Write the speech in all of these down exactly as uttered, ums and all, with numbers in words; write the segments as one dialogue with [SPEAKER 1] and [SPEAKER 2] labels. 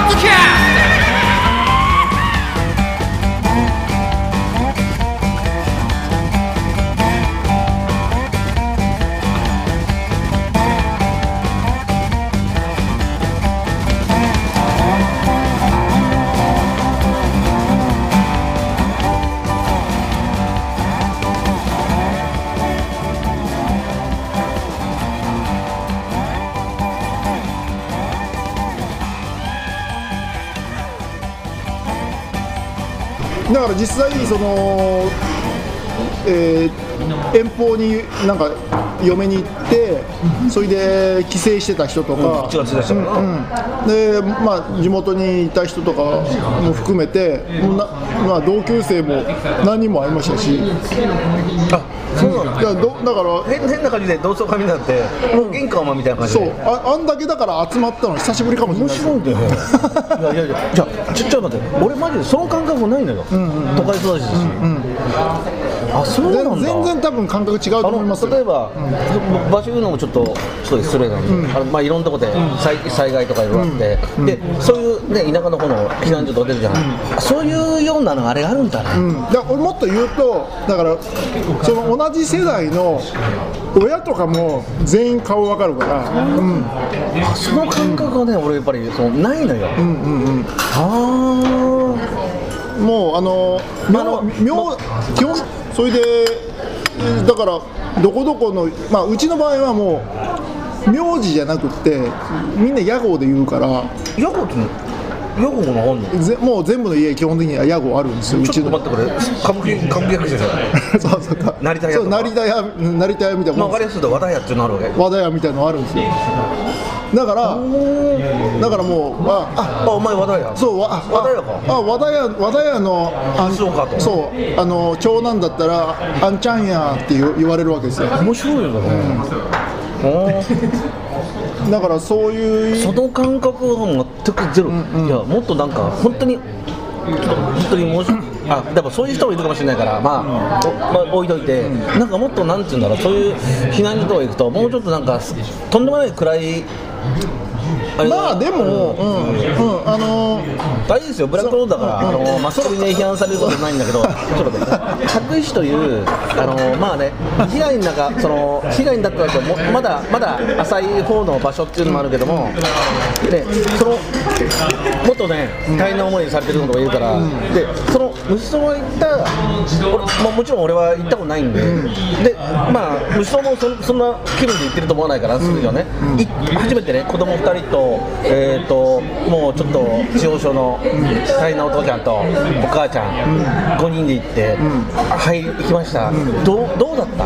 [SPEAKER 1] ッドキャスト
[SPEAKER 2] だから実際その、えー、遠方になんか嫁に行ってそれで帰省してた人とか、
[SPEAKER 3] うん、いちがつでしたからな、
[SPEAKER 2] うん、でまあ地元にいた人とかも含めてもうな、まあ、同級生も何人も会いましたし、
[SPEAKER 3] あ、そうなんだ。
[SPEAKER 2] だからどだから
[SPEAKER 3] 変, 変な感じで同窓会になってもう玄関はみたいな感じで、
[SPEAKER 2] そう あ, あんだけだから集まったの久しぶりかもしれない。
[SPEAKER 3] 面白いんだよねいやいやいや、じゃあちょっと待って、俺マジでその感覚もないのよ、うんうんうん、都会育ちだし、うんうん、あ、そうなんだ。
[SPEAKER 2] 全然多分感覚違うと思いますよ。
[SPEAKER 3] 例えば、うん、場所言うのもちょっとちょっと失礼なんで、うん、あのまあいろんなとこで 災,、うん、災害とかいろいろあって、うん、でそういうね田舎の方の避難所とか出るじゃない、うん、そういうようなのあれがあるんだね、
[SPEAKER 2] うん、だ俺もっと言うとだからその同じ世代の親とかも全員顔わかるから、うん、
[SPEAKER 3] その感覚がね、うん、俺やっぱりそのないのよ、うんうんうん、は
[SPEAKER 2] あもうあの名基本それでだからどこどこの、まあ、うちの場合はもう名字じゃなくってみんな屋号で言うから。
[SPEAKER 3] 屋号って屋号もあんの？
[SPEAKER 2] ぜもう全部の家基本的には屋号あるんですよ。
[SPEAKER 3] ちょっと待って、これ歌舞伎歌舞伎役者じゃない
[SPEAKER 2] そうそうか
[SPEAKER 3] 成田屋とか
[SPEAKER 2] 成田屋成田屋みたいな、
[SPEAKER 3] まあ、分かりやすいと和田屋っていうのあるわけ。
[SPEAKER 2] 和田屋みたいなのあるんですよ。だからだからもうあ
[SPEAKER 3] ああお前和田屋
[SPEAKER 2] そう和
[SPEAKER 3] 和田屋か
[SPEAKER 2] あ和田屋和田屋のあん
[SPEAKER 3] そうかと
[SPEAKER 2] そうあの長男だったらあんちゃんやって言われるわけですよ。
[SPEAKER 3] 面白いよね、
[SPEAKER 2] うん、だからそういう
[SPEAKER 3] その感覚が全くゼロ、うんうん、いやもっとなんか本当に本当にもうあでもそういう人もいるかもしれないからまあ、うんまあ、置いといて、うん、なんかもっとなんていうんだろう、そういう避難所とか行くともうちょっとなんかとんでもない暗い
[SPEAKER 2] まあでも、うんうん、あのー、
[SPEAKER 3] 大事ですよ、ブラックロードだから、あのー、マスコミに批判されることないんだけど、ちょっと待って、白石という、あのー、まあね、被害の中、その被害になっただともまだまだ浅い方の場所っていうのもあるけども、ね、そのもっとね、大変な思いされてる人がいるから、うん、でその息子が行った、も, もちろん俺は行ったことないんで、うん、でまあ息子も そ, そんな気分で行ってると思わないから、すぐにはね、うん、初めてね、子供ふたりと、えー、ともうちょっと地方症の大変なお父ちゃんとお母ちゃん、うん、ごにんで行って、うん、はい行きました、うん、ど, うどうだった？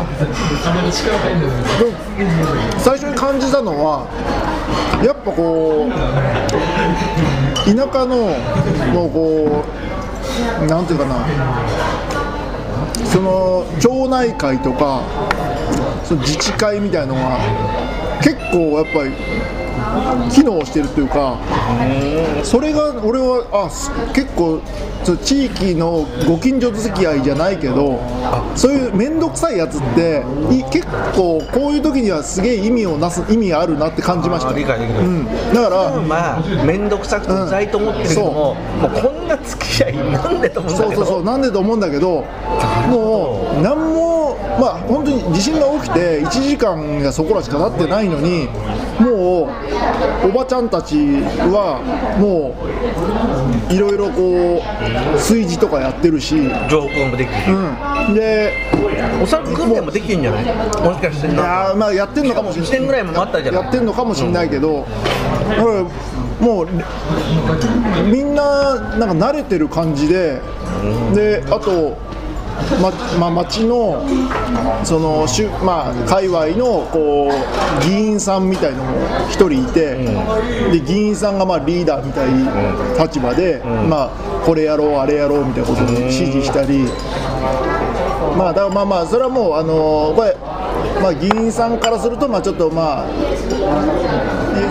[SPEAKER 2] 最初に感じたのはやっぱこう田舎のもうこうなんていうかな、その町内会とかその自治会みたいなのが結構やっぱり機能してるというか、それが俺はあ結構地域のご近所付き合いじゃないけど、そういう面倒くさいやつって結構こういう時にはすげえ意味をなす意味があるなって感じました。
[SPEAKER 3] 理解できる、
[SPEAKER 2] うん、だから
[SPEAKER 3] まあ面倒くさくてうざいと思ってるけども、うん、もうこんな付き合いなんでと思うんだけど、
[SPEAKER 2] そうそうそうなんでと思うんだけど、もう何もまあ本当に地震が起きていちじかんやそこらしか経ってないのに、もうおばちゃんたちはもういろいろこう炊事とかやってるし、
[SPEAKER 3] 情報もできる、
[SPEAKER 2] うん、で
[SPEAKER 3] お酒訓練もできるんじゃない？もしかして。い
[SPEAKER 2] やまあやってんのかもしれない。
[SPEAKER 3] いちねんぐらいも待ったじゃない。
[SPEAKER 2] やってんのかもしれないけど、うん、だからもうみんななんか慣れてる感じで、うん、であとままあ、町のそのしゅ、まあ、界隈のこう議員さんみたいのも一人いて、うん、で議員さんがまあリーダーみたいな立場で、うんまあ、これやろうあれやろうみたいなことを指示したり、うん、まあだからまあまあそれはもうあのこれ、まあ、議員さんからするとまあちょっとまあ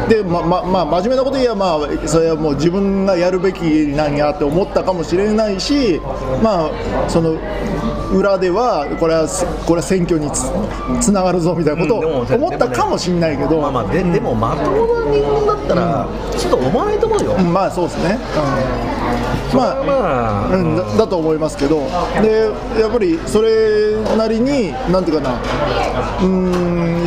[SPEAKER 2] でまままあ真面目なこと言えば、まあ、それはもう自分がやるべきなんやって思ったかもしれないし、まあその裏ではこれはこれは選挙に つ, つながるぞみたいなことを思ったかもしれないけど、
[SPEAKER 3] まあまあででもまともな人間だったらちょっと思わないと思うよ。
[SPEAKER 2] まあそうですね、うん、まあ、まあうん、だ, だと思いますけど、でやっぱりそれなりになんていうかな、うーん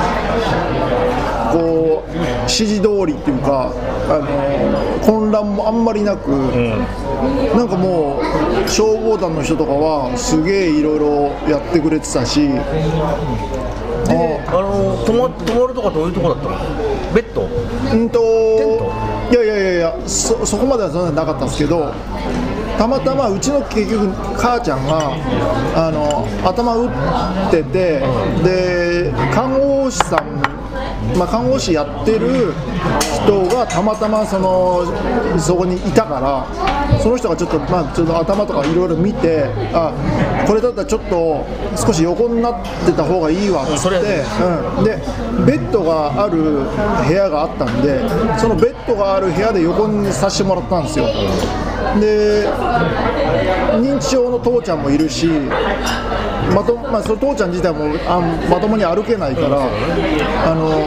[SPEAKER 2] こう指示通りっていうか、あの混乱もあんまりなく、うん、なんかもう消防団の人とかはすげえいろいろやってくれてたし、
[SPEAKER 3] であの泊ま、泊まるとかどういうとこだったの？ベッド？
[SPEAKER 2] うんと
[SPEAKER 3] テント？
[SPEAKER 2] いやいやいやいや そ, そこまではそんなになかったんですけど、たまたまうちの結局母ちゃんがあの頭打ってて、で看護師さん、まあ、看護師やってる人がたまたま そ, のそこにいたから、その人がちょっと、まあ、ちょっと頭とかいろいろ見て、あこれだったらちょっと少し横になってた方がいいわっつって、うん、でベッドがある部屋があったんで、そのベッドがある部屋で横にさせてもらったんですよ。で認知症の父ちゃんもいるし、まとまあ、その父ちゃん自体もあまともに歩けないから、あの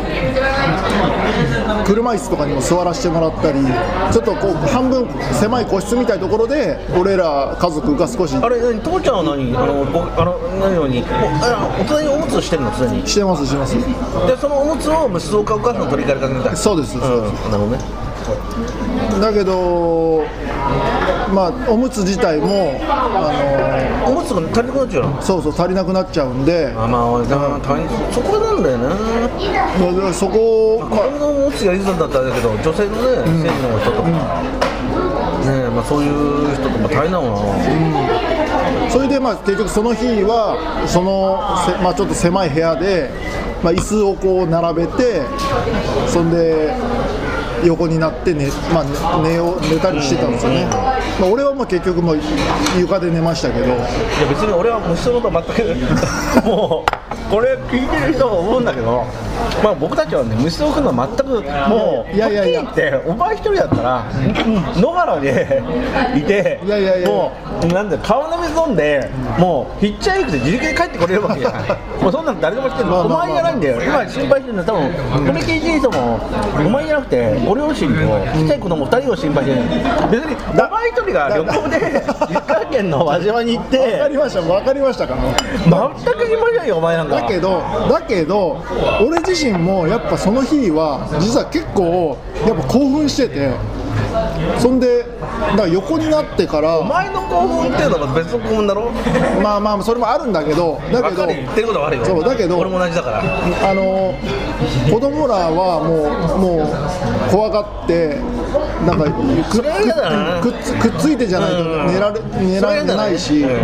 [SPEAKER 2] 車椅子とかにも座らせてもらったり、ちょっとこう半分狭い個室みたいなところで俺ら家族が少し。
[SPEAKER 3] あれ父ちゃんは何あのあの何ように大人におむつをしてるの？常に
[SPEAKER 2] してますしてます。
[SPEAKER 3] でそのおむつを息子かお母さんの取り替える感じみたいな。
[SPEAKER 2] そうです、そうです、
[SPEAKER 3] うん、なるほどね。
[SPEAKER 2] だけどまあおむつ自体もあ
[SPEAKER 3] のおむつが足りなくなっちゃうの？
[SPEAKER 2] そうそう足りなくなっちゃうんで、
[SPEAKER 3] あまあだから大変、そこなんだよな。
[SPEAKER 2] そこ
[SPEAKER 3] 子供のおむつやりずんだったらだけど、女性のね生理の人とか、うん、ねまあそういう人とか大変だもんな。
[SPEAKER 2] うん、それでまあ結局その日はそのまあちょっと狭い部屋で、まあ椅子をこう並べて、そんで横になって寝、まあ、寝を寝たりしてたんですよね。まあ、俺はまあ結局もう床で寝ましたけど。いや
[SPEAKER 3] 別に俺はもう人のこと全くもうこれ聞いてる人は思うんだけど、まあ、僕たちはね虫を食うのは全くもういやいやいやってお前一人だったら野原でいて、いやいやいやもうなんで川の水飲んでもうヒッチハイクで自力で帰ってこれるわけじゃない。もうそんなの誰でも知ってるの、まあまあまあ、お前じゃないんだよ。今心配してるのは多分コミケ一人ともお前じゃなくてご両親とちっちゃい子供ふたりを心配してる。別にお前一人が旅行で石川県の輪島に行って
[SPEAKER 2] 分かりました分かりましたか。
[SPEAKER 3] 全く心配じゃないよお前なんか。
[SPEAKER 2] だけどだけど俺自身もやっぱその日は実は結構やっぱ興奮してて、そんでだから横になってから
[SPEAKER 3] お前の興奮っていうのは別の興奮だろ。
[SPEAKER 2] まあまあそれもあるんだけど、だけど
[SPEAKER 3] 言ってることはあるよ。
[SPEAKER 2] そうだけど
[SPEAKER 3] 俺も同じだから、
[SPEAKER 2] あの子供らはもうもう怖がってなんかく っ, く, っ, つくっついてじゃないと寝られ、うん、寝られないし、うん、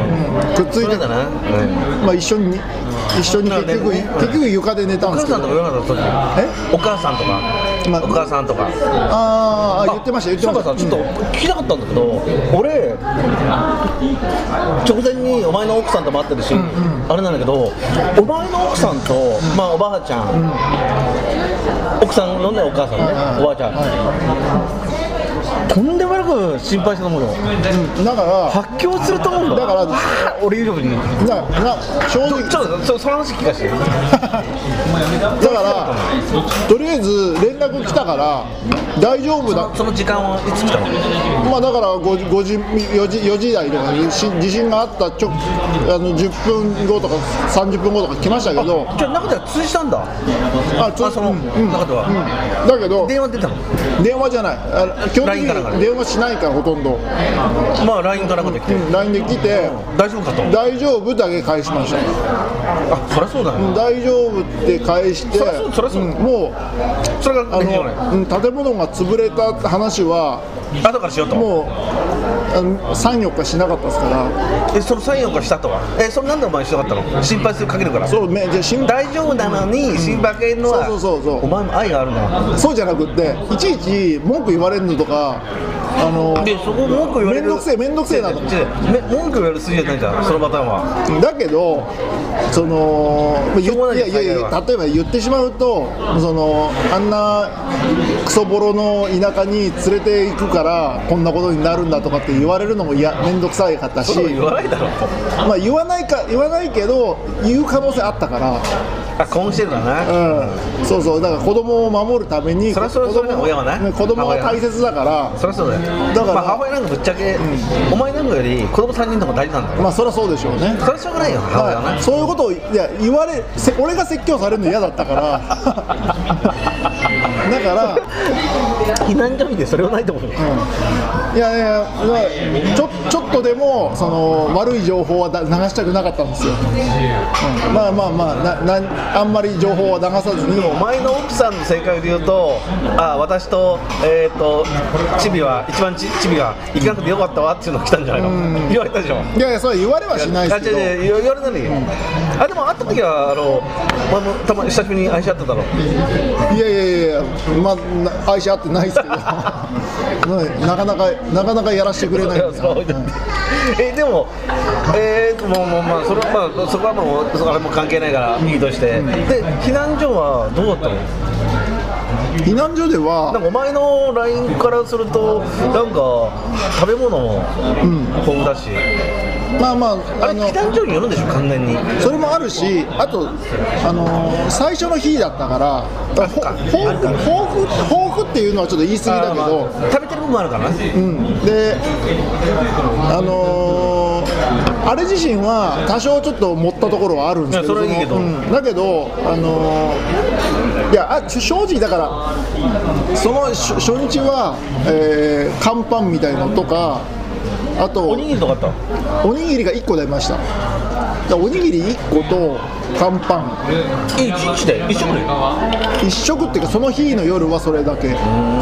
[SPEAKER 2] くっついて、うんまあ、一緒に一緒に結局、ね、結局床で寝たんですけど。
[SPEAKER 3] お母さんとか言わなかった？え？まあ、お母さんとか
[SPEAKER 2] ああ言ってました言ってました。
[SPEAKER 3] そうかさ、ちょっと聞きたかったんだけど、俺直前にお前の奥さんとも会ってるし、うんうん、あれなんだけどお前の奥さんと、まあおばあちゃん、うん、奥さんのねお母さんね、はい、おばあちゃん、はいとんでもなく心配したと思うよ、うん、だから発狂すると思うよ。だから俺以上に
[SPEAKER 2] だから正直
[SPEAKER 3] ちょっとその話聞かせてだ
[SPEAKER 2] からとりあえず連絡来たから大丈夫だ。
[SPEAKER 3] その、その時間はいつ来たの？
[SPEAKER 2] まあだからごじ、ごじ、よじ、よじ台とか地震があったちょあのじゅっぷんごとかさんじゅっぷんごとか来ましたけど。
[SPEAKER 3] じゃあ中では通じたんだ。あ、
[SPEAKER 2] 通
[SPEAKER 3] じその、うん、中では、
[SPEAKER 2] うん、だけど
[SPEAKER 3] 電話出たの？
[SPEAKER 2] 電話じゃない。あ基本的に電話しないからほとんど。
[SPEAKER 3] まあ ライン からかで来て、
[SPEAKER 2] うん、ライン で来て、
[SPEAKER 3] うん、大丈夫かと。
[SPEAKER 2] 大丈夫だけ返しました。
[SPEAKER 3] あ、そりゃそうだね、
[SPEAKER 2] うん、大丈夫って返して、
[SPEAKER 3] そりゃそう、そりゃそう、うん、
[SPEAKER 2] もう
[SPEAKER 3] それが
[SPEAKER 2] あの、うん、建物が潰れた話は
[SPEAKER 3] 後からしようと。
[SPEAKER 2] もうあのさん、よっかしなかったですから。
[SPEAKER 3] え、そのさん、よっかしたとは。え、それなんでお前しなかったの？心配するかけるから。
[SPEAKER 2] そうめじゃ心
[SPEAKER 3] 大丈夫なのに心配かけるのは、
[SPEAKER 2] うん、そうそうそうそう。
[SPEAKER 3] お前も愛があるな。
[SPEAKER 2] そうじゃなくっていちいち文句言われるのとかあの
[SPEAKER 3] でそこ文句言われる
[SPEAKER 2] めんどくせえめんどくせえなと思って、
[SPEAKER 3] 違う違うめ文句言われる筋じゃないじゃんそのパターンは。
[SPEAKER 2] だけどその
[SPEAKER 3] しょうがない
[SPEAKER 2] いやいやいや
[SPEAKER 3] 海外は
[SPEAKER 2] 例えば言ってしまうとそのあんなクソボロの田舎に連れて行くからこんなことになるんだとかって言われるのもいやめんどくさいかったし、
[SPEAKER 3] そう言わないだろ
[SPEAKER 2] まあ言わないか言わないけど言う可能性あったから。
[SPEAKER 3] あこんしてるだな、
[SPEAKER 2] うん、そうそうだから子供を守るために
[SPEAKER 3] そりゃそうだよ親はね
[SPEAKER 2] 子供が大切だから
[SPEAKER 3] そりゃそうだよ
[SPEAKER 2] だから
[SPEAKER 3] まあ母親なんかぶっちゃけ、お前なんかより子供さんにんの方が大事なんだよ。
[SPEAKER 2] まあそりゃそうでしょうね。
[SPEAKER 3] それはしょうがないよ母親はね、
[SPEAKER 2] はい、そういうことをいや言われせ俺が説教されるの嫌だったからだから
[SPEAKER 3] 避難所にでそれはないと思うよ、
[SPEAKER 2] うん、いやいやまあちょちょっとでもその悪い情報はだ流したくなかったんですよ、うん、まあまあまあななあんまり情報は流さずに。
[SPEAKER 3] お前の奥さんの正解で言うと、あ私と、えー、とチビは一番チチビが行かなくてよかったわっていうのが来たんじゃないの、言われたでしょ。
[SPEAKER 2] いやいやそれ言われはしないですけど、
[SPEAKER 3] あ違う違う言われたのに、うん、あでも会った時はあのお前もたまに久しぶりに愛し合ってたろ。
[SPEAKER 2] いやいやいやまあ愛し合ってないですけどなかなかなかなかやらせてくれないんですよ。
[SPEAKER 3] えでも、えー、もうもうまあそれはまあそこはもうそこはもう関係ないからいいとして、うん、で避難所はどうだったの？
[SPEAKER 2] 避難所では
[SPEAKER 3] なんかお前の ライン からするとなんか食べ物も豊富だし、
[SPEAKER 2] うん、まあまあ
[SPEAKER 3] あれ避難所によるんでしょ完全に。
[SPEAKER 2] それもあるし、あとあのー、最初の日だったから豊富豊富豊富っていうのはちょっと言い過ぎだけど、
[SPEAKER 3] まあ、食べてる部分もあるからね、
[SPEAKER 2] うん、であのー、あれ自身は多少ちょっと持ったところはあるんですけど、
[SPEAKER 3] いやそれはいいけど、
[SPEAKER 2] うん、だけどあのー、いやあ正直だからその初日は、えー、乾パンみたいのとかあと
[SPEAKER 3] おにぎりとかあった
[SPEAKER 2] おにぎりがいっこ出ました。だおにぎりいっこと乾パン
[SPEAKER 3] いちにちで一食で
[SPEAKER 2] 一食っていうかその日の夜はそれだけ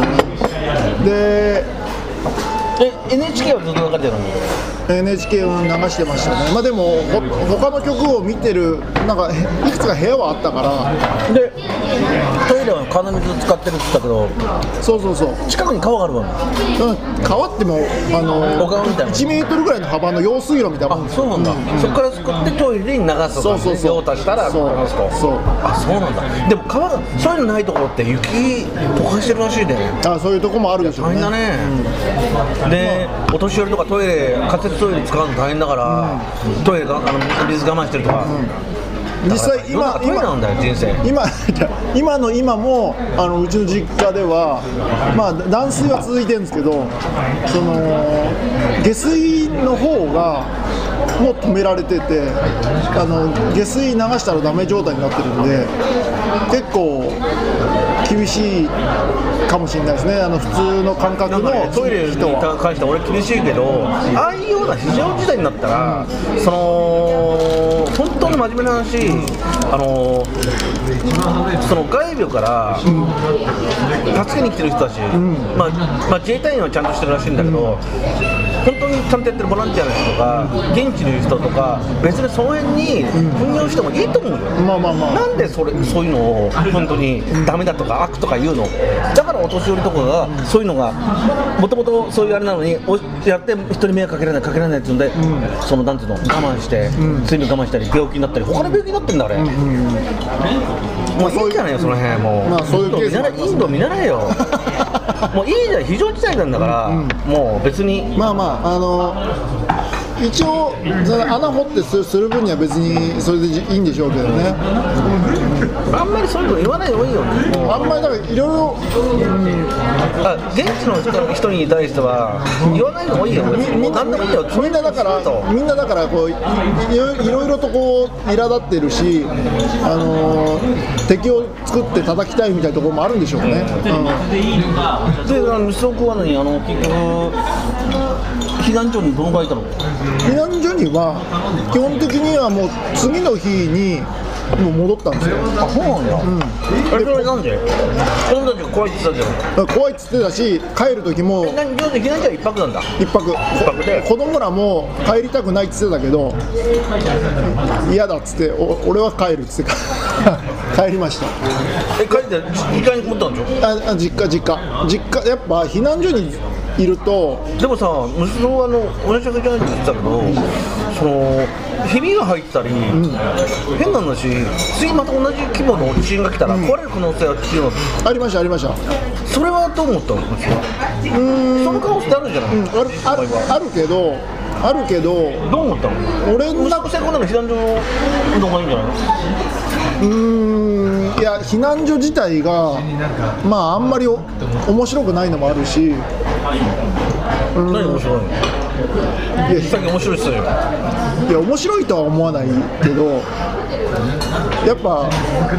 [SPEAKER 2] で
[SPEAKER 3] え エヌエイチケー はずっと流れてるの？
[SPEAKER 2] エヌエイチケー を流してましたね。まあでも他の曲を見てるなんかいくつか部屋はあったから
[SPEAKER 3] でトイレは川の水使ってるって言ったけど
[SPEAKER 2] そうそうそう
[SPEAKER 3] 近くに川があるわけ、
[SPEAKER 2] うん、川ってもあの
[SPEAKER 3] 小川みたいない
[SPEAKER 2] ちメートルぐらいの幅の用水路みたいな。
[SPEAKER 3] あそうなんだ、うん、そこからすくってトイレに流すとか、ね、
[SPEAKER 2] そうそうそう
[SPEAKER 3] 用足したら
[SPEAKER 2] そう
[SPEAKER 3] 流すと
[SPEAKER 2] そう
[SPEAKER 3] あそうなんだ。でも川がそういうのないところって雪溶かしてるらしいね。
[SPEAKER 2] あそういうとこもあるでしょうね。
[SPEAKER 3] 大変だね、うん、で、まあ、お年寄りとかトイレ仮設トイレ使うの大変だから、うん、トイレがあの水我慢してるとか、うん、実際今トイレなんだよ人生。
[SPEAKER 2] 今今の今もあのうちの実家ではまあ断水は続いてるんですけどその下水の方がもう止められててあの下水流したらダメ状態になってるんで結構厳しいかもしれないですね。あの普通の感覚の、ね、
[SPEAKER 3] トイレに関しては俺厳しいけど、ああいうような非常事態になったら、うん、その本当に真面目な話、あのその外部から、うん、助けに来てる人たち、うんまあまあ、自衛隊員はちゃんとしてるらしいんだけど、うん、本当にちゃんとやってるボランティアの人とか現地にいる人とか別にその辺に運用してもいいと思うよ、うんまあまあまあ、なんでそれそういうのを本当にダメだとか悪とか言うの。だからお年寄りとかがそういうのがもともとそういうあれなのにやって人に迷惑かけられないかけられないっていうので、うん、そのなんていうの我慢して、うん、睡眠我慢したり病気になったり他の病気になってんだあれ、うんうん、もういいんじゃないよその辺もう、まあ、そういうケースインド見習えよもういいじゃん非常事態なんだから、うんうん、もう別に
[SPEAKER 2] まあまああの一応穴掘ってする分には別にそれでいいんでしょうけどね、
[SPEAKER 3] うん、あんまりそういうの言わない方がいいよね。
[SPEAKER 2] あんまりだからいろいろ
[SPEAKER 3] 現地の人に対しては言わない方がいいよ。みんな何でもいいよ。
[SPEAKER 2] みんなだからみんなだからこう い, いろいろとこう苛立ってるし、あのー、敵を作って叩きたいみたいなところもあるんでしょうね、うん、
[SPEAKER 3] でミスオ君は何あの結局避難所にどのぐらいいたの？
[SPEAKER 2] 避難所には基本的にはもう次の日にもう戻ったんですよ。
[SPEAKER 3] あ、そうなんだ。うん、あれそれなんで？子供たちが怖いって言ってたじゃん。
[SPEAKER 2] 怖いって言ってたし、帰る時も。
[SPEAKER 3] え、何？避難所は一泊なんだ。
[SPEAKER 2] 一泊。一泊で。子供らも帰りたくないって言ってたけど、嫌だっつって、お俺は帰るっつって帰りました。
[SPEAKER 3] え、帰って実家に戻ったんでしょ？
[SPEAKER 2] あ、実家実家実家やっぱ避難所にいると、
[SPEAKER 3] でもさ、息子はあの同じ会社に言ってたけど、そのひびが入ったり、うん、変な話、次また同じ規模の地震が来たら壊れる可能性はっていうのは、
[SPEAKER 2] うん、ありましたありました。
[SPEAKER 3] それはどう思ったの？うーん、その可能性あるんじゃない？うん、
[SPEAKER 2] あるあるあるけどあるけど
[SPEAKER 3] どう思ったの？
[SPEAKER 2] 俺の
[SPEAKER 3] 息子さんこんなの避難所の方がいいんじゃないの？
[SPEAKER 2] うーん、いや避難所自体がまああんまりお面白くないのもあるし、
[SPEAKER 3] うん、何面白いの？いや、さっき面白いっすよ。
[SPEAKER 2] いや面白いとは思わないけど、やっぱ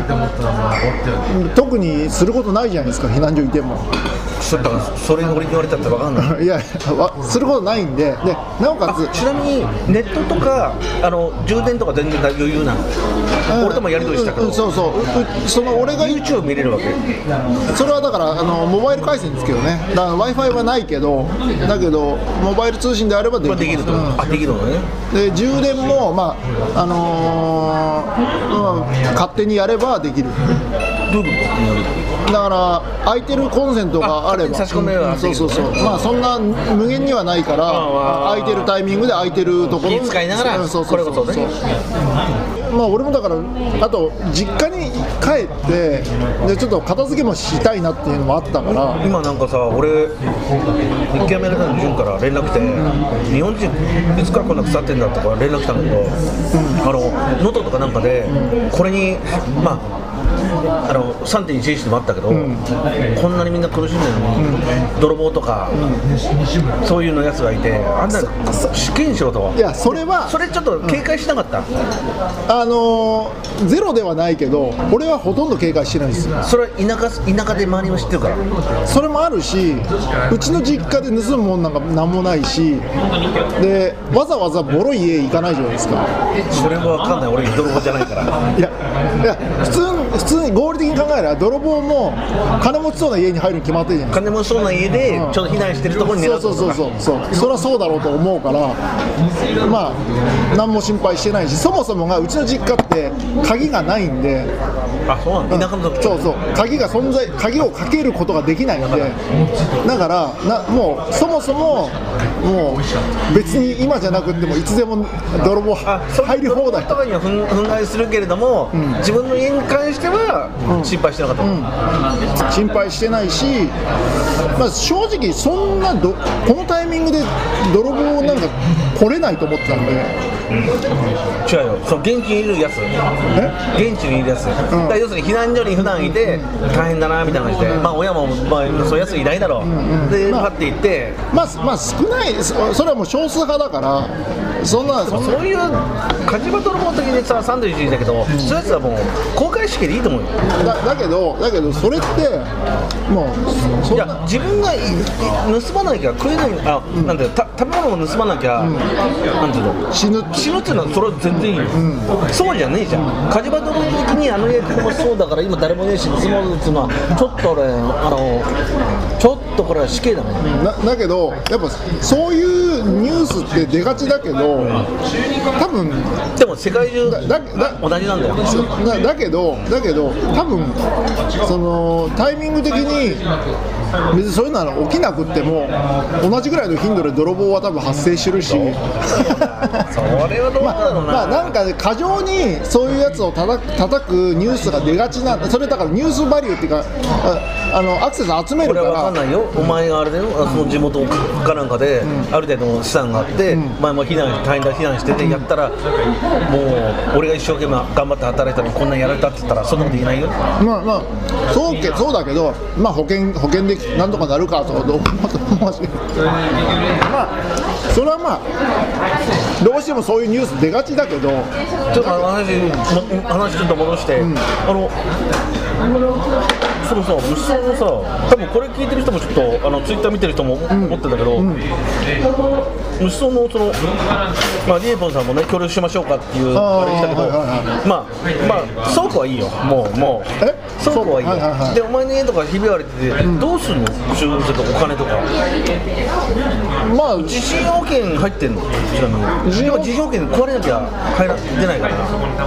[SPEAKER 2] 特にすることないじゃないですか、避難所いても。
[SPEAKER 3] それだからそれに俺に言われたって分かんない。
[SPEAKER 2] いやすることないんで、でなおかつ
[SPEAKER 3] ちなみにネットとかあの充電とか全然余裕なの、うん、俺ともやり取りしたけど、うん、
[SPEAKER 2] そうそううその俺が
[SPEAKER 3] YouTube 見れるわけ。
[SPEAKER 2] それはだからあのモバイル回線ですけどね、だから Wi-Fi はないけど、だけどモバイル通信であればできる、
[SPEAKER 3] できると、うん、あできるのね。
[SPEAKER 2] で充電もまああのーまあ、勝手にやればできる。
[SPEAKER 3] どういうこと？
[SPEAKER 2] だから空いてるコンセントがあれば、
[SPEAKER 3] 差し込めば、
[SPEAKER 2] そうそうそう、まあそんな無限にはないから、空いてるタイミングで空いてるところ
[SPEAKER 3] 気使いながら、
[SPEAKER 2] そうそうそうそう、これこそね。まあ俺もだからあと実家に帰ってでちょっと片付けもしたいなっていうのもあったから、
[SPEAKER 3] 今なんかさ、俺日記やめられたの潤から連絡来て、うん、日本人いつからこんな腐ってんだとか連絡来たんだけど、うん、あの能登とかなんかで、うん、これにまああの さんてんいちいち でもあったけど、うん、こんなにみんな苦しんでるのに、うん、泥棒とか、うん、そういうのやつがいて、あんな死刑にしろと。
[SPEAKER 2] いやそれは
[SPEAKER 3] それちょっと警戒しなかった、うん、
[SPEAKER 2] あのー、ゼロではないけど俺はほとんど警戒してないですよ。
[SPEAKER 3] それは田舎、田舎で周りは知ってるから。
[SPEAKER 2] それもあるし、うちの実家で盗むもんなんかなんもないし、でわざわざボロい家行かないじゃないですか。
[SPEAKER 3] それも分かんない、俺泥棒じゃないから。
[SPEAKER 2] いやいや普通普通に合理的に考えれば泥棒も金持ちそうな家に入るに決まってるじゃないですか。
[SPEAKER 3] 金持ちそうな家でちょっと避難してるところに狙うとか、
[SPEAKER 2] そうそうそうそうそう、そりゃそうだろうと思うから、まあ何も心配してないし、そもそもがうちの実家って鍵がないんで。
[SPEAKER 3] あ、そうなんだ、田舎のとこ。
[SPEAKER 2] そうそう、鍵が存在、鍵をかけることができないんで、だからなもうそもそももう別に今じゃなくてもいつでも泥棒入り放題
[SPEAKER 3] とかには憤慨するけれども、うん、自分の家に関しては心配してなかった、うん
[SPEAKER 2] うん、心配してないし、まあ、正直そんなどこのタイミングで泥棒なんか来れないと思ってたんで。
[SPEAKER 3] 違うよ、そう現地にいるやつ、現地にいるやつ、うん、だ要するに避難所に普段いて大変だなみたいな感じで、うん、まあ親も、まあ、そういうやついないだろう、うんうん、で、まあ、パッて行って、
[SPEAKER 2] まあ、まあ少ない、それはもう少数派だから、そんな
[SPEAKER 3] そそういう火事場泥棒的にさサンドイッチだけど、うん、そういうやつはもう公開式でいいと思うよ。
[SPEAKER 2] だ, だけどだけどそれってもうそんない
[SPEAKER 3] や自分が盗まなきゃ食えない、あ、うん、なんてた食べ物を盗まなきゃ、うん、なんていうの
[SPEAKER 2] 死ぬ
[SPEAKER 3] 死ぬっていうのはそれは全然いいよ、うん、そうじゃねえじゃん。火事場泥棒的にあの家ここもそうだから今誰もねえし盗もうっていうのはちょっと俺あのちょっとこれは死刑だね、
[SPEAKER 2] うん、だ, だけどやっぱそういうニュースって出がちだけど、うん、多分
[SPEAKER 3] でも世界中
[SPEAKER 2] だだだ
[SPEAKER 3] 同じなんだよ。
[SPEAKER 2] だ, だけどだけど多分そのタイミング的に別にそういうのは起きなくっても同じぐらいの頻度で泥棒は多分発生してるしそれ
[SPEAKER 3] はどうだろうな、
[SPEAKER 2] まあ、まあなんか、ね、過剰にそういうやつを叩く、叩くニュースが出がちな、それだからニュースバリューっていうか あ, あのアクセス集めるから。
[SPEAKER 3] これは分かんないよ、お前があれだよ、その地元かなんかで、うん、ある程度の資産があって、うん、前も避難大変だ避難しててやったら、もう俺が一生懸命頑張って働いたのにこんなんやられたって言ったらそんなこと言えないよ。
[SPEAKER 2] まあまあそうけそうだけど、まあ保険保険でなんとかなるかとかどう思うし、まあそれはまあどうしてもそういうニュース出がちだけど、
[SPEAKER 3] ちょっと話話ちょっと戻して、うん、あのそのさ、息子のさ、多分これ聞いてる人もちょっとあのツイッター見てる人も思ってんだけど、うんうん、息子のそのまあリエポンさんもね協力しましょうかっていうあれしたけど、はいはいはい、まあまあ倉庫はいいよ、もうもうえ倉庫はいいよ、はいはいはい、でお前の家とかひび割れてて、うん、どうすんの収入とかお金とか。まあ地震保険入ってんの？ちなみに地震保険壊れなきゃ入ら出ないから。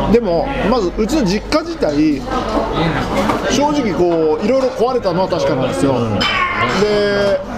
[SPEAKER 2] でもまずうちの実家自体正直こういろいろ壊れたのは確かなんですよ、うん、で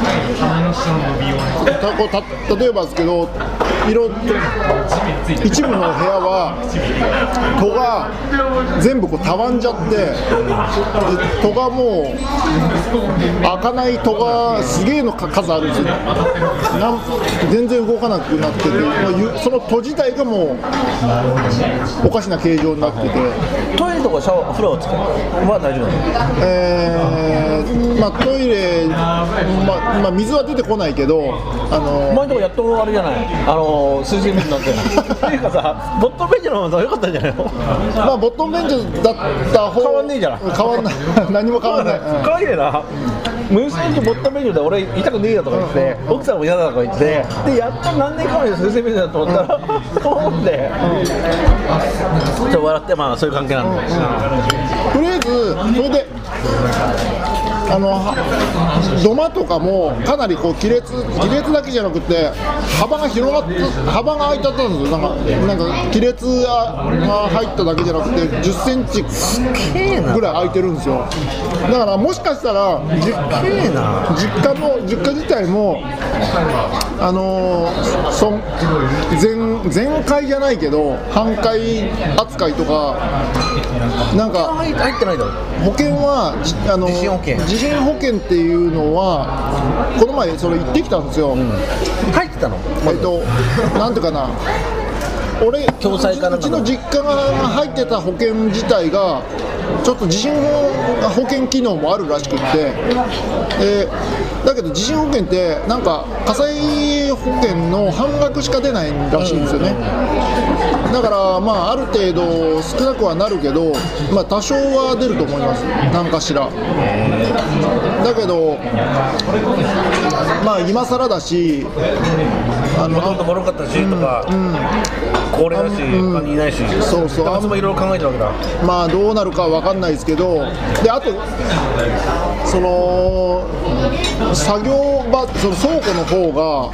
[SPEAKER 2] たこうた例えばですけど、色一部の部屋は戸が全部こうたわんじゃって、で戸がもう開かない戸がすげえの数あるんですよ。なん全然動かなくなってて、その戸自体がもうおかしな形状になってて、
[SPEAKER 3] トイレとかシャワー風呂はつけは大丈夫なの？
[SPEAKER 2] えーまあ、トイレ、まあまあ、水は出てこないけど、あの
[SPEAKER 3] お前のとこやっとあれじゃない、あの水洗便になってっていうかさ、ボットン便所の方が良かったんじゃないの？
[SPEAKER 2] まあボットン便所だった方
[SPEAKER 3] 変わんねえじゃん。
[SPEAKER 2] 変わんない何も変わんない、うん、
[SPEAKER 3] かわいいな。息子とボットン便所で俺痛くねえよとか言って、うん、奥さんも嫌だとか言って、でやっと何年か前で水洗便所だと思ったら、うん、と思って、うん、ちょっと笑って、まあそういう関係なんで、うんうん、
[SPEAKER 2] とりあえずそれであの土間とかもかなりこう亀裂亀裂だけじゃなくて幅が広がって幅が開いちゃったんですよ。なんかなんか亀裂が入っただけじゃなくてじゅっセンチぐらい開いてるんですよ。だからもしかしたら実家の実家自体もあのー、そ全全壊じゃないけど半壊扱いとかなんか
[SPEAKER 3] 入ってないだろ。
[SPEAKER 2] 保険はあの
[SPEAKER 3] 地震保険
[SPEAKER 2] 地震保険っていうのはこの前それ行ってきたんですよ、うん、
[SPEAKER 3] 入ってたの？
[SPEAKER 2] えっとなんていうかな、俺
[SPEAKER 3] 共済かなんか
[SPEAKER 2] うちの実家が入ってた保険自体がちょっと地震保険機能もあるらしくって、えー、だけど地震保険ってなんか火災保険の半額しか出ないらしいんですよね。だからまあある程度少なくはなるけど、まあ多少は出ると思います、何かしら。だけどまあ今更だし、
[SPEAKER 3] あのもともとボロかったしとか、うんうん、高齢だし、他にいないし、
[SPEAKER 2] そうそう、
[SPEAKER 3] あんまいろいろ考えてるわけだ。
[SPEAKER 2] まあどうなるかは分かんないですけど、であとその作業場、その倉庫の方が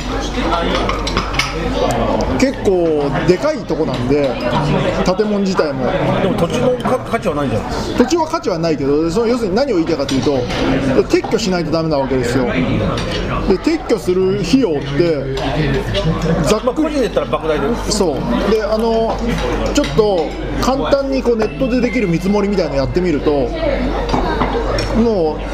[SPEAKER 2] 結構でかいとこなんで、建物自体も。
[SPEAKER 3] でも土地の価値はないじゃん。
[SPEAKER 2] 土地は価値はないけど、その要するに何を言いたいかというと、撤去しないとダメなわけですよ。で撤去する費用ってざっくり、まあ、個人で言ったら莫大で、そうで、あのちょっと簡単にこうネットでできる見積もりみたいなのやってみると、もう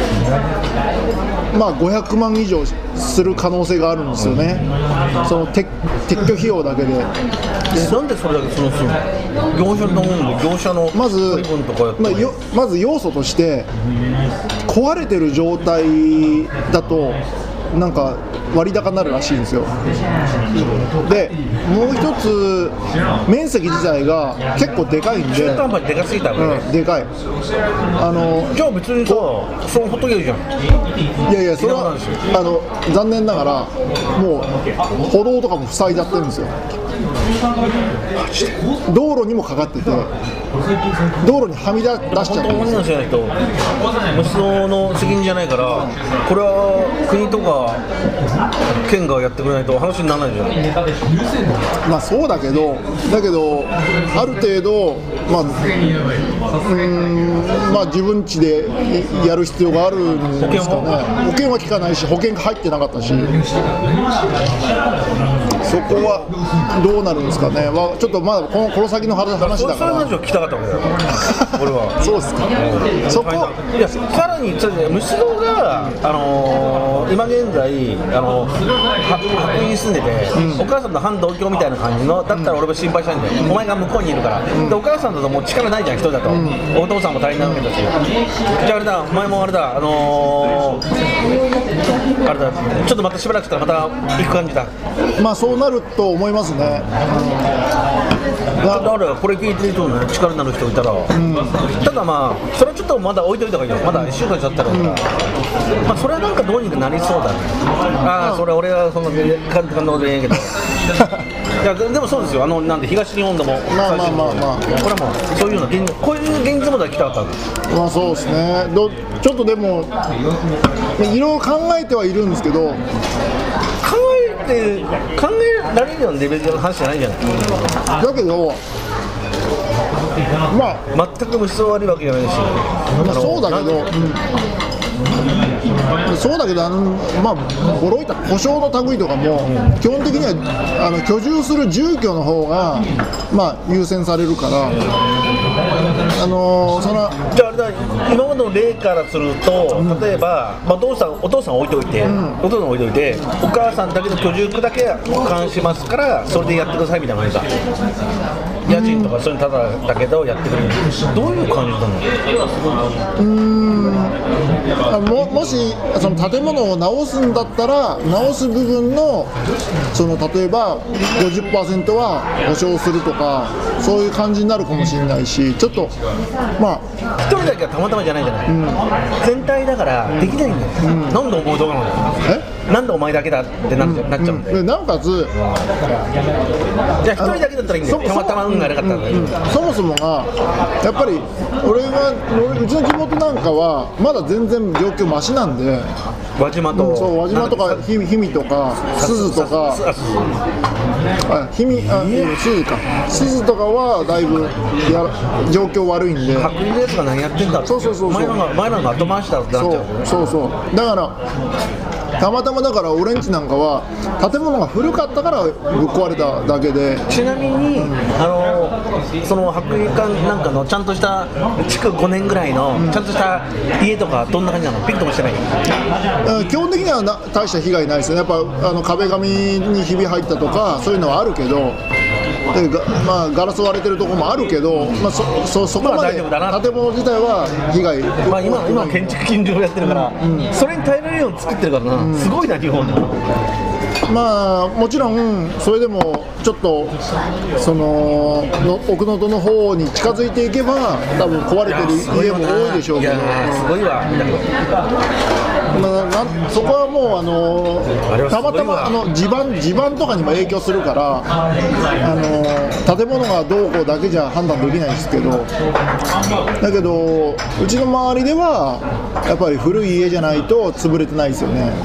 [SPEAKER 2] まあごひゃくまん以上する可能性があるんですよね、その 撤, 撤去費用だけで。
[SPEAKER 3] なんでそれだけそのするの？業者の業者の
[SPEAKER 2] まず、まあ、よまず要素として壊れてる状態だとなんか割高になるらしいんですよ。でもう一つ面積自体が結構でかいんで、
[SPEAKER 3] 中途半端にでかすぎたわね、
[SPEAKER 2] うん、でかい。あの
[SPEAKER 3] じゃあ別にさ、そうほっとけばいいじゃん。
[SPEAKER 2] いやいや、それはあの残念ながらもう歩道とかも塞いじゃってるんですよ。道路にもかかってて、道路にはみ出しちゃってるんですよ。
[SPEAKER 3] 本当に人息子の責任じゃないから、これは国とか県がやってくれないと話にならないじゃん。
[SPEAKER 2] まあそうだけど、だけどある程度、まあ、うーんまあ自分家でやる必要があるんですかね。保険は効かないし、保険が入ってなかったし、そこはどうなるんですかね。ちょっとまだこのこの先の話だから。
[SPEAKER 3] そういう話を聞きたかったわけだよ俺は。そうですか、うん、そこいや、さらに息子が、あのー、今現在、あのー、白衣に住んでて、うん、お母さんと反同居みたいな感じのだったら俺も心配したいんだよ、うん、お前が向こうにいるから、うん、でお母さんだともう力ないじゃん、一人だと、うん、お父さんも足りないわけだし、じゃああれだ、お前もあれだ、あのー、あれだ、ちょっとまたしばらくしたらまた行く感じだ。
[SPEAKER 2] まあそうなると思いますね。
[SPEAKER 3] だからこれ聞いてる人の力になる人いたら、うん、ただまあそれはちょっとまだ置いといた方がいいよ。まだいっしゅうかん経ったら、うん、まあそれはなんかどうにかなりそうだね。ああ、それは俺はその感動でええけどいやでもそうですよ、あのなんで東日本でも
[SPEAKER 2] まあまあまあまあ、
[SPEAKER 3] これはもうそういうの現こういう現実まで来たかったんです。
[SPEAKER 2] まあそうですね。どちょっとでもいろいろ考えてはいるんですけど、
[SPEAKER 3] 考えて考えられるようなレベルの話じゃないんじゃない。
[SPEAKER 2] だけどまあ
[SPEAKER 3] 全く無質悪いわけじゃないし、
[SPEAKER 2] まあ、そうだけど、うん、 そうだけど、あの、まあ、ボロいた故障の類とかも、基本的にはあの居住する住居の方が、まあ、優先されるから、あのー、その
[SPEAKER 3] じゃああれだ、今までの例からすると、例えば、まあ、お父さんお父さん置いといて、うん、お父さん置いといて、お母さんだけの居住区だけ保管しますから、それでやってくださいみたいな感じだ。家賃とかそういうのただだけどやってくれる、どういう感じなの？
[SPEAKER 2] うーん、も, もしその建物を直すんだったら、直す部分のその例えば ごじゅっパーセント は保証するとか、そういう感じになるかもしれないし、ちょっとまあ
[SPEAKER 3] 一人だけはたまたまじゃないじゃない、うん、全体だからできないんだよ、うん、なんでお前だけなんだよ、えなんでお前だけだってなっちゃう、うん、なっちゃうんで、
[SPEAKER 2] でなおかつ
[SPEAKER 3] じゃあ一人だけだったらいいんだよ、たまたま運がなかったら、うんうん、
[SPEAKER 2] そもそもがやっぱり俺が俺うちの地元なんかはまだ全然状況マシなんで、
[SPEAKER 3] 輪島と、うん、
[SPEAKER 2] そう輪島とか氷見とか鈴とか、あ氷見あ鈴か鈴とかはだいぶや状況悪いんで、
[SPEAKER 3] 確認のやつが何やってんだって、
[SPEAKER 2] そうそうそうそう、
[SPEAKER 3] 前のが前のが後回しだってなっちゃう、
[SPEAKER 2] そうそうそう、だからたまたまだから俺んちなんかは建物が古かったからぶっ壊れただけで、
[SPEAKER 3] ちなみに、うん、あのその博物館なんかのちゃんとした築ごねんぐらいの、うん、ちゃんとした家とかどんな感じなの？ピンともしてない？
[SPEAKER 2] 基本的にはな大した被害ないですよね。やっぱあの壁紙にひび入ったとかそういうのはあるけど、でがまあ、ガラス割れてるところもあるけど、まあ、そ, そ, そこまで建物自体は被害、
[SPEAKER 3] まあ、今, 今建築金融やってるから、うんうん、それに耐えられるように作ってるからな、うん、すごいな日本の。
[SPEAKER 2] まあもちろんそれでもちょっとそのの奥能登の方に近づいていけば多分壊れてる家も多いでしょうけど、
[SPEAKER 3] いやすごいわ、
[SPEAKER 2] まあ、なそこはもうあのたまたまあの地盤地盤とかにも影響するからあの建物がどうこうだけじゃ判断できないですけど、だけどうちの周りではやっぱり古い家じゃないと潰れてないですよね。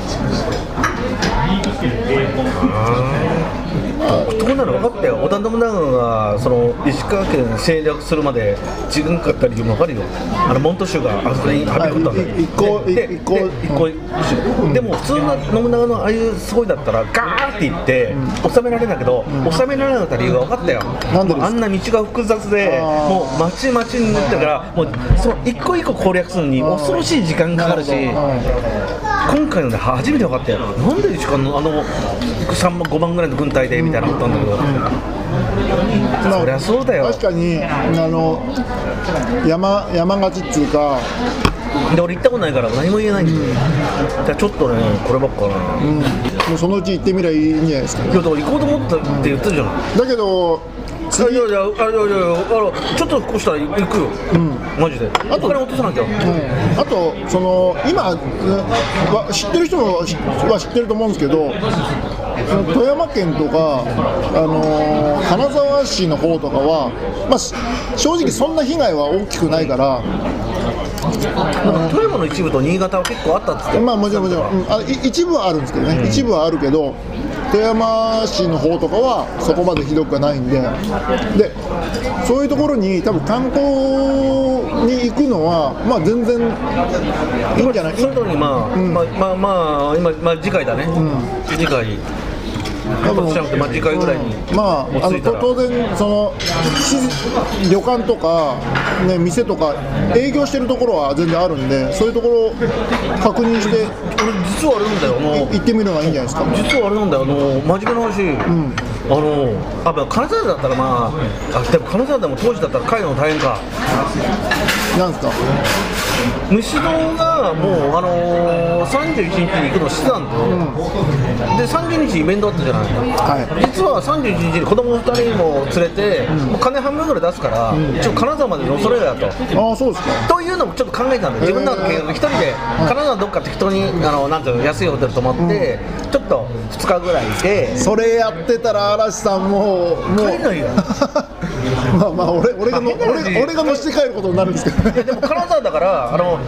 [SPEAKER 3] とこなの分かったよ。織田信長がその石川県を侵略するまで時間かかった理由も分かるよ。あの門徒衆があそこにはびこったんだよ。
[SPEAKER 2] 一個
[SPEAKER 3] で、一個でも普通の信長のああいうすごいだったらガーっていって収められないけど、うん、収められなかった理由が分かったよ。なんでですか？あんな道が複雑でもう町々になってからもうその一個一個攻略するのに恐ろしい時間かかるし、今回ので初めて分かったよ。なんで石川のあのさんばんごばんぐらいの軍隊でみたいなことなんだけど、うん、まあ、そりゃそうだよ。
[SPEAKER 2] 確かにあの 山, 山勝ちっていうか
[SPEAKER 3] で俺行ったことないから何も言えないんだけど、うん、じゃあちょっとねこればっかな、うん、
[SPEAKER 2] もうそのうち行ってみりゃいいんじゃないですか、ね、
[SPEAKER 3] いやだから行こうと思ったって言ったじゃない、
[SPEAKER 2] うん、だけど
[SPEAKER 3] いやいやいや、あいやいやあのちょっとこうしたら行くよ、うん、マジで。あとお金落とさなきゃ、うん、
[SPEAKER 2] あとその今知ってる人は知ってると思うんですけど、富山県とか、あのー、金沢市の方とかは、まあ、正直そんな被害は大きくないから。
[SPEAKER 3] 富山の一部と新潟は結構あったんですけど、
[SPEAKER 2] まあもちろんもちろん、うん、あ一部はあるんですけどね、うん、一部はあるけど富山市の方とかはそこまでひどくはないんで、でそういうところに多分観光に行くのはまあ全然いいんじゃない。
[SPEAKER 3] その時にまあ、うん、まあまあまあ今、まあ、次回だね、うん、次回多分まあ次回ぐらいに、
[SPEAKER 2] うん、まあ、あの当然その旅館とか、ね、店とか営業してるところは全然あるんで、そういうところを確認して
[SPEAKER 3] 俺実はあれなんだよ、あの
[SPEAKER 2] 行ってみるのがいいんじゃないですか。
[SPEAKER 3] 実はあれなんだよ、あの真面目な話、うん、あのあ金沢だったらまあ、あでも金沢でも当時だったら帰るの大変か。
[SPEAKER 2] なんですか。
[SPEAKER 3] 虫堂がもう、あのー、さんじゅういちにちに行くのしてたんで、うん、でさんじゅうにちイベントあったじゃない、はい、実はさんじゅういちにちに子供ふたりも連れて、うん、金半分ぐらい出すから、うん、一応金沢までのそれやと。
[SPEAKER 2] ああそうですか。
[SPEAKER 3] というのもちょっと考えたんで、自分の計画一人で金沢どっか適当にあのなんていうの安いホテル泊まって、うん、ちょっとふつかぐらいいて、
[SPEAKER 2] それやってたら嵐さんもうもう
[SPEAKER 3] 帰んないよ
[SPEAKER 2] まあまあ俺俺がの俺俺が乗して帰ることになるんですけどね。
[SPEAKER 3] でも金沢だからあの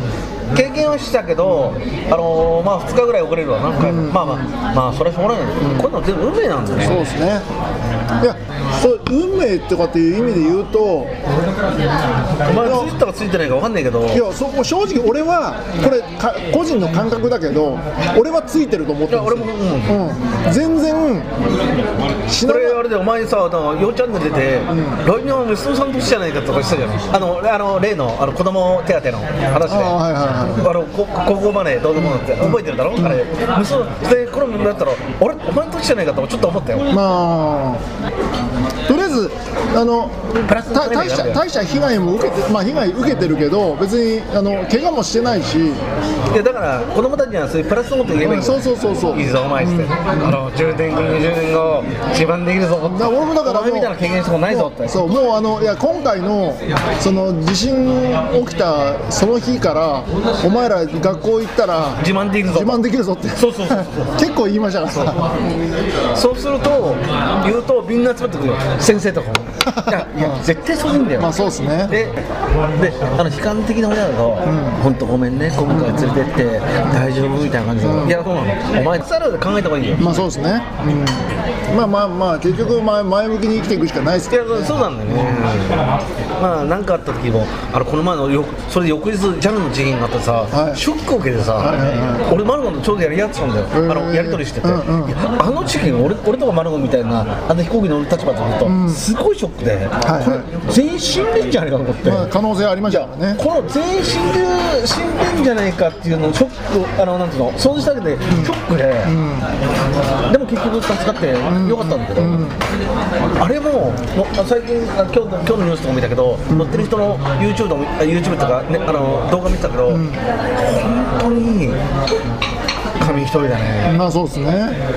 [SPEAKER 3] 経験はしたけど、あのー、まあふつかぐらい遅れるわ何回も、うん、まあまあまあそれはしょうがない、うん、こんなの全部運命なんだね。
[SPEAKER 2] そうですね。いや、そう運命とかっていう意味で言うと、お
[SPEAKER 3] 前ついたかついてないか分かんないけど、
[SPEAKER 2] いやそ正直俺はこれか個人の感覚だけど、俺はついてると思ってるんですよ。いや俺も、うんうん、全然
[SPEAKER 3] しなこれあれでお前さ、ようチャンネル出て、うん、来年は息子さんとしじゃないかとか言ってたじゃん。あのあの例のあの子供手当の話で、あ、はいはいはい、あのこ高校までどうでもなって覚えてるだろ、うん、あれ息子でこれだったら俺お前としじゃないかとちょっと思ったよ。まあ
[SPEAKER 2] とりあえずあの大した大した被害も受けて、まあ被害受けてるけど別にあの怪我もしてないし、い
[SPEAKER 3] やだから子供たちにはそういうプラスのこと言えばいい、うん、
[SPEAKER 2] そうそうそうそう、
[SPEAKER 3] いいぞお前って、うん、あのじゅうねんごにじゅうねんご自慢できるぞって、
[SPEAKER 2] 俺もだからもう
[SPEAKER 3] お前みたいな経験したことないぞって、
[SPEAKER 2] そうもうあのいや今回のその地震起きたその日からお前ら学校行ったら
[SPEAKER 3] 自慢できるぞ
[SPEAKER 2] 自慢できるぞって
[SPEAKER 3] そうそうそう
[SPEAKER 2] 結構言いましたから
[SPEAKER 3] そう、そうすると言うとみんな集まってくるよ先生とかもいやいや絶対そういいんだよ。
[SPEAKER 2] まあそうですね。
[SPEAKER 3] で、であの悲観的な親だと本当、うん、ごめんね今回連れてって大丈夫みたいな感じで、うん、いやそうなのお前サラダで考えた方がいいよ。
[SPEAKER 2] まあそうですね、うん、まあまあまあ結局前前向きに生きていくしかないですけど、ね、
[SPEAKER 3] いやそうなんだよね、うん、まあ何かあった時もあのこの前のよそれで翌日ジャムの事件があってさ、はい、ショックを受けてさ、はいはいはい、俺マルゴンとちょうどやり合ってたんだよ、えー、あのやり取りしてて、うんうん、いやあの事件俺俺とかマルゴンみたいなあの飛行機乗る立場で言うと、うん、すごいショックで、はいはい、これ全員死んでんじゃないかと思って、まあ、
[SPEAKER 2] 可能性ありましたからね。
[SPEAKER 3] この全員死んでる死んでんじゃないかっていうのをショックあのなんていうの想像しただけでショックで、うん、でも結局助かってよかったんだけど、うん、あれも最近今日今日のニュースとか見たけど、うん、乗ってる人の YouTube の YouTube とか、ね、あの動画見てたけど、うん、本当に紙一人だね。
[SPEAKER 2] まあそうですね。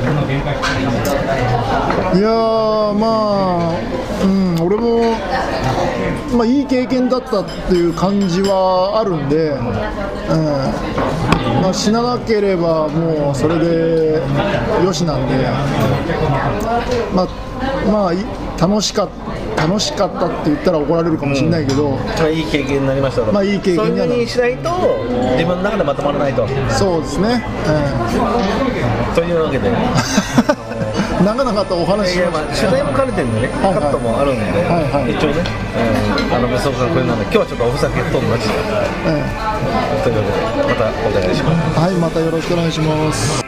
[SPEAKER 2] いやーまあ、うん、俺も、まあ、いい経験だったっていう感じはあるんで、うんまあ、死ななければもうそれでよしなんで、まあ、まあ、楽しかった楽しかったって言ったら怒られるかもしれないけど、うん
[SPEAKER 3] まあ、いい経験になりましたと、
[SPEAKER 2] まあ、いい経験になる。
[SPEAKER 3] そういう風にしないと自分の中でまとまらないと。
[SPEAKER 2] そうですね、うん、
[SPEAKER 3] というわけで
[SPEAKER 2] 長々とお話ししました。いや、
[SPEAKER 3] まあ、取材も兼ねてるんでね、はいはい、カットもあるんで、はいはい、一応ね、うん、あの別荘さんこれなんで今日はちょっとおふざけと同じで、うん、というわけでまたお願いします。
[SPEAKER 2] はい、またよろしくお願いします。